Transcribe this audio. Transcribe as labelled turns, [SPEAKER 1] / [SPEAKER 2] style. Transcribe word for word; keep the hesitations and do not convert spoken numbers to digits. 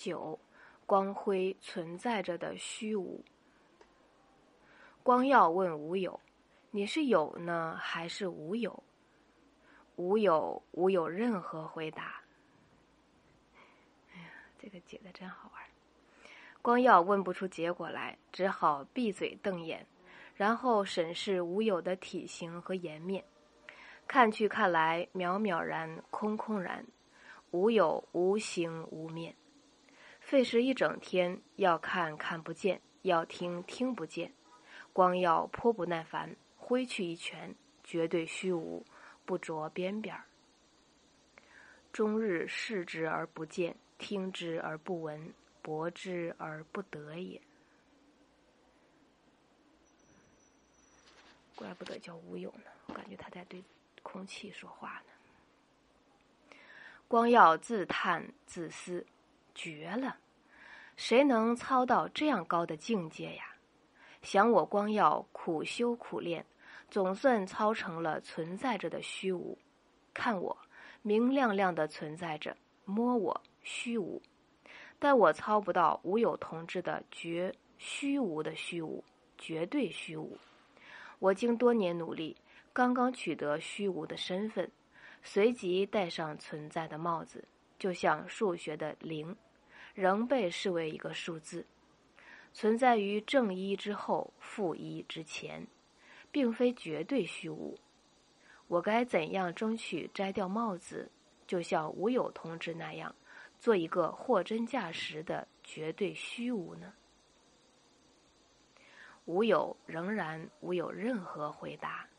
[SPEAKER 1] 九，光辉存在着的虚无。光耀问无有，你是有呢还是无有？无有，无有任何回答。哎呀，这个解得真好玩。光耀问不出结果来，只好闭嘴瞪眼，然后审视无有的体型和颜面，看去看来，渺渺然，空空然，无有无形无面。费时一整天，要看看不见，要听听不见。光耀颇不耐烦，挥去一拳，绝对虚无，不着边边。终日视之而不见，听之而不闻，博之而不得也。怪不得叫无有呢，我感觉他在对空气说话呢。光耀自叹自思，绝了！谁能操到这样高的境界呀？想我光耀苦修苦练，总算操成了存在着的虚无。看我明亮亮的存在着，摸我虚无。但我操不到无有同志的绝虚无的虚无，绝对虚无。我经多年努力，刚刚取得虚无的身份，随即戴上存在的帽子，就像数学的零，仍被视为一个数字，存在于正一之后，负一之前，并非绝对虚无。我该怎样争取摘掉帽子，就像无有同志那样，做一个货真价实的绝对虚无呢？无有仍然无有任何回答。